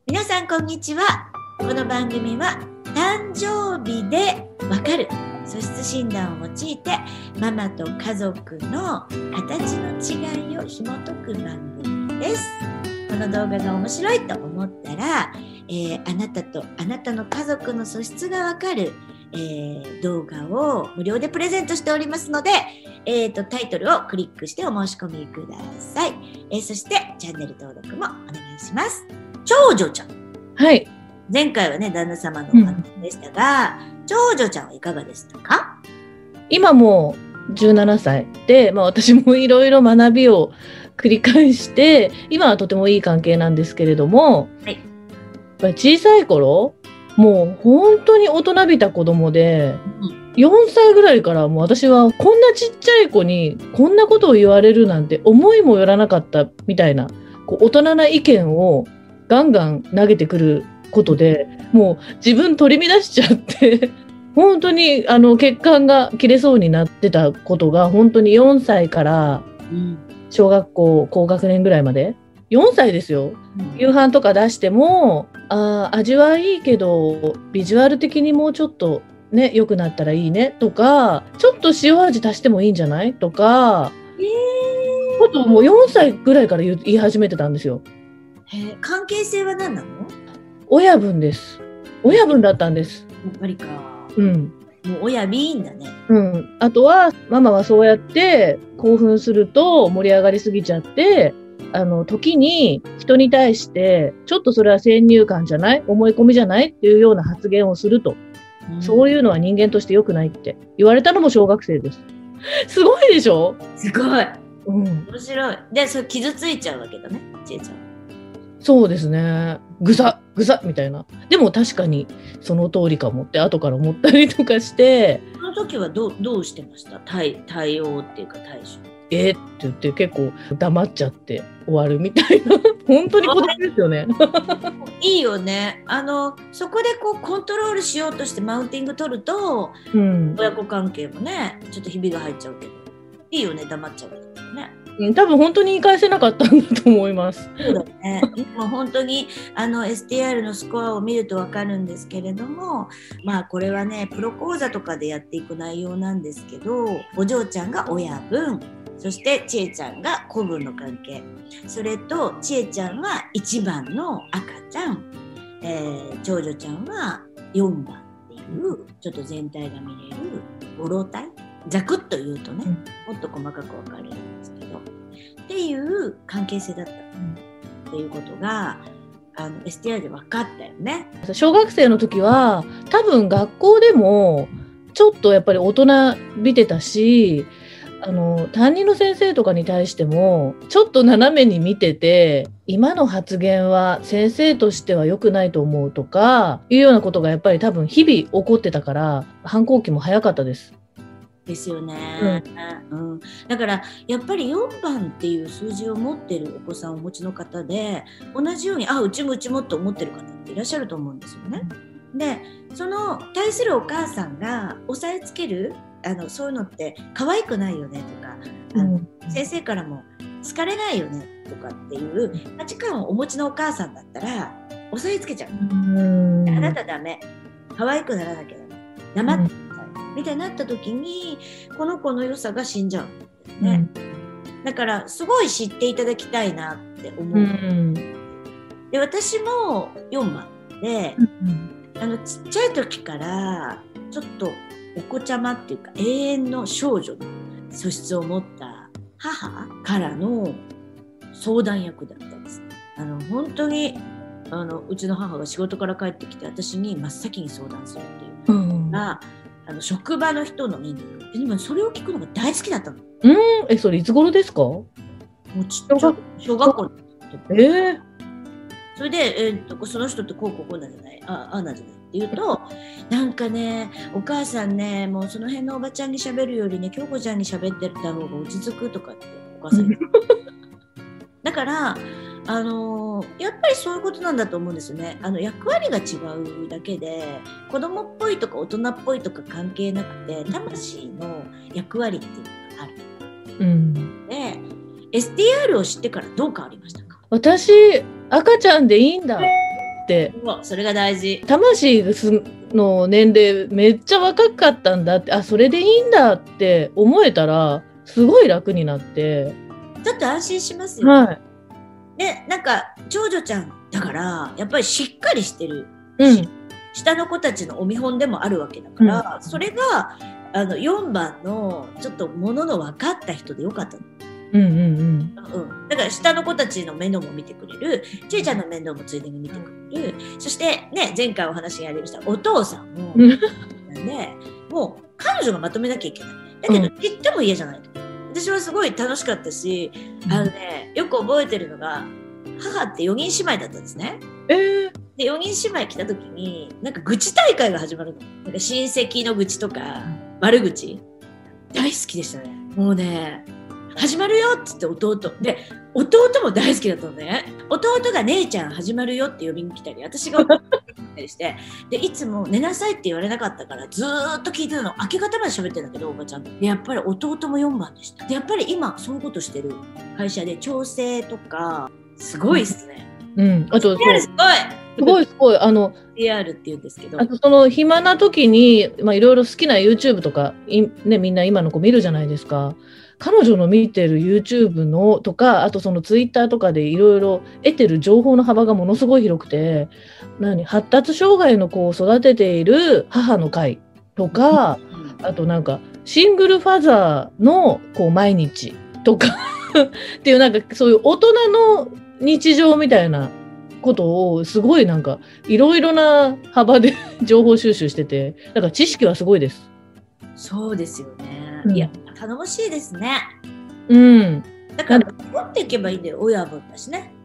皆さんこんにちは。この番組は誕生日でわかる素質診断を用いてママと家族の形の違いを紐解く番組です。この動画が面白いと思ったら、あなたとあなたの家族の素質がわかる、動画を無料でプレゼントしておりますので、タイトルをクリックしてお申し込みください。そしてチャンネル登録もお願いします。長女ちゃん。 はい。 前回はね、旦那様のお話でしたが、長女ちゃんはいかがでしたか？ 今もう17歳で、私もいろいろ学びを繰り返して、今はとてもいい関係なんですけれども、 はい、 やっぱり小さい頃、もう本当に大人びた子供で、4歳ぐらいからもう私はこんなちっちゃい子にこんなことを言われるなんて思いもよらなかったみたいな、大人な意見をガンガン投げてくることで、もう自分取り乱しちゃって本当に血管が切れそうになってたことが本当に4歳から小学校高学年ぐらいまで4歳ですよ。夕飯とか出しても味はいいけどビジュアル的にもうちょっとね良くなったらいいねとか、ちょっと塩味足してもいいんじゃないとか、ことをもう4歳ぐらいから言い始めてたんですよ。 関係性は何なの？ 親分です。親分だったんです。 やっぱりか。 うん。 もう親ビーンだね。 うん。あとはママはそうやって興奮すると盛り上がりすぎちゃって、時に人に対してちょっとそれは先入観じゃない？思い込みじゃない？っていうような発言をすると、そういうのは人間として良くないって言われたのも小学生です。すごいでしょ？ すごい。 面白い。で、それ傷ついちゃうわけだね、ちえちゃん。 そうですね。ぐさぐさみたいな。でも確かにその通りかもって後から思ったりとかして。 その時はどうしてました？対応っていうか対処。 って言って結構黙っちゃって終わるみたいな。本当に子供ですよね。 いいよね。そこでコントロールしようとしてマウンティング取ると、親子関係もねちょっとひびが入っちゃうけど、いいよね、黙っちゃうけどね。 多分本当に言い返せなかったんだと思います。 そうだね。もう本当にSTR のスコアを見ると分かるんですけれども、これはねプロ講座とかでやっていく内容なんですけど、お嬢ちゃんが親分、そしてちえちゃんが子分の関係、それとちえちゃんは1番の赤ちゃん、長女ちゃんは4番っていうちょっと全体が見れるご老体、ざくっと言うとね、もっと細かく分かるんですけどっていう関係性だった、っていうことがSTR で分かったよね。 小学生の時は多分学校でもちょっとやっぱり大人びてたし、担任の先生とかに対してもちょっと斜めに見てて、今の発言は先生としては良くないと思うとかいうようなことがやっぱり多分日々起こってたから、反抗期も早かったです。 ですよね、だからやっぱり4番っていう数字を持ってるお子さんをお持ちの方で、同じようにうちもって思ってる方っていらっしゃると思うんですよね。でその対するお母さんが押さえつけるそういうのって可愛くないよねとか、先生からも好かれないよねとかっていう価値観をお持ちのお母さんだったら押さえつけちゃう、あなたダメ、可愛くならなきゃダメ、黙ってみたいになった時にこの子の良さが死んじゃうんですね、だからすごい知っていただきたいなって思う、で私も4番で、ちっちゃい時からちょっとお子ちゃまっていうか永遠の少女の素質を持った母からの相談役だったんです。本当にうちの母が仕事から帰ってきて私に真っ先に相談するっていうのが、職場の人の人数でもそれを聞くのが大好きだったの。 それいつ頃ですか？もうち小学校の時。それで、その人ってこうなんじゃない、なんじゃないって言うと、なんかねお母さんねもうその辺のおばちゃんに喋るよりね京子ちゃんに喋ってた方が落ち着くとかってお母さんにだからやっぱりそういうことなんだと思うんですよね。役割が違うだけで子供っぽいとか大人っぽいとか関係なくて魂の役割っていうのがある、で STR を知ってからどう変わりましたか？ 私赤ちゃんでいいんだっ 。 それが大事。 魂の年齢めっちゃ若かったんだって、それでいいんだって思えたらすごい楽になって、 ちょっと安心しますよね。 はい。 で、なんか長女ちゃんだからやっぱりしっかりしてる、下の子たちのお見本でもあるわけだから、それが4番のちょっとものの分かった人でよかったの。だから下の子たちの面倒も見てくれる、ちえちゃんの面倒もついでに見てくれる、そしてね、前回お話がありましたお父さんもなんで、もう彼女がまとめなきゃいけない。だけど言っても嫌じゃない。私はすごい楽しかったし、よく覚えてるのが、母って4人姉妹だったんですね。で4人姉妹来た時になんか愚痴大会が始まるの。なんか親戚の愚痴とか悪口大好きでしたね。もうね、始まるよって言って弟も大好きだったのね。弟が姉ちゃん始まるよって呼びに来たり、私がったりしてで、いつも寝なさいって言われなかったからずーっと聞いてたの。明け方まで喋ってるんだけど、おばちゃんでやっぱり弟も4番でした。でやっぱり今そういうことしてる会社で調整とかすごいですね。あとすごい PR って言うんですけど、 あとその暇な時にいろいろ好きな YouTube とかみんな今の子見るじゃないですか。彼女の見てる YouTube のとか、あとその Twitter とかでいろいろ得てる情報の幅がものすごい広くて、発達障害の子を育てている母の会とか、あとなんかシングルファザーの毎日とかっていうなんかそういう大人の日常みたいなことをすごいなんかいろいろな幅で情報収集してて、だから知識はすごいです。 そうですよね。いや頼もしいですね。だから頼っていけばいいんだよ、親分だしね。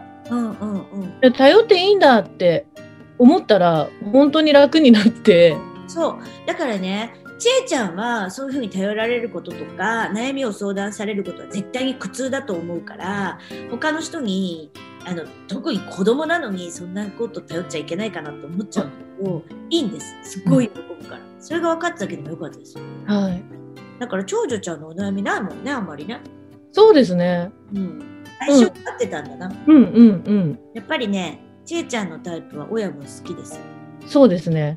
頼っていいんだって思ったら本当に楽になって。 そうだからね、ちえちゃんはそういうふうに頼られることとか悩みを相談されることは絶対に苦痛だと思うから、他の人に特に子供なのにそんなこと頼っちゃいけないかなと思っちゃうけど、いいんです。すごい喜ぶから、それが分かっただけでもよかったですよ。だから長女ちゃんのお悩みないもんね、あんまりね。 そうですね。 最初合ってたんだな。やっぱりね、ちえちゃんのタイプは親分好きですよ。 そうですね。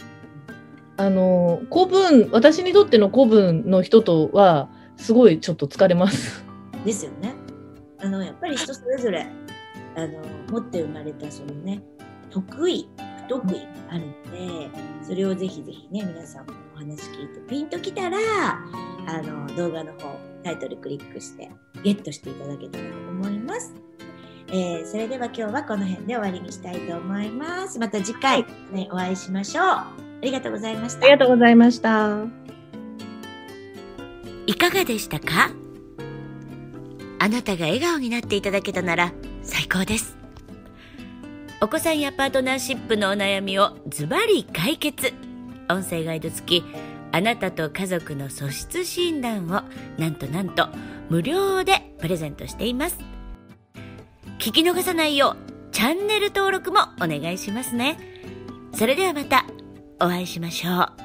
私にとっての子分の人とはすごいちょっと疲れます。 ですよね。やっぱり人それぞれ持って生まれたそのね、得意不得意あるので、それをぜひぜひね、皆さんもお話聞いてピンときたら動画の方タイトルクリックしてゲットしていただけたらと思います。それでは今日はこの辺で終わりにしたいと思います。また次回、ね、お会いしましょう。ありがとうございました。 ありがとうございました。 いかがでしたか？あなたが笑顔になっていただけたなら最高です。お子さんやパートナーシップのお悩みをズバリ解決。音声ガイド付きあなたと家族の素質診断をなんと無料でプレゼントしています。聞き逃さないようチャンネル登録もお願いしますね。それではまたお会いしましょう。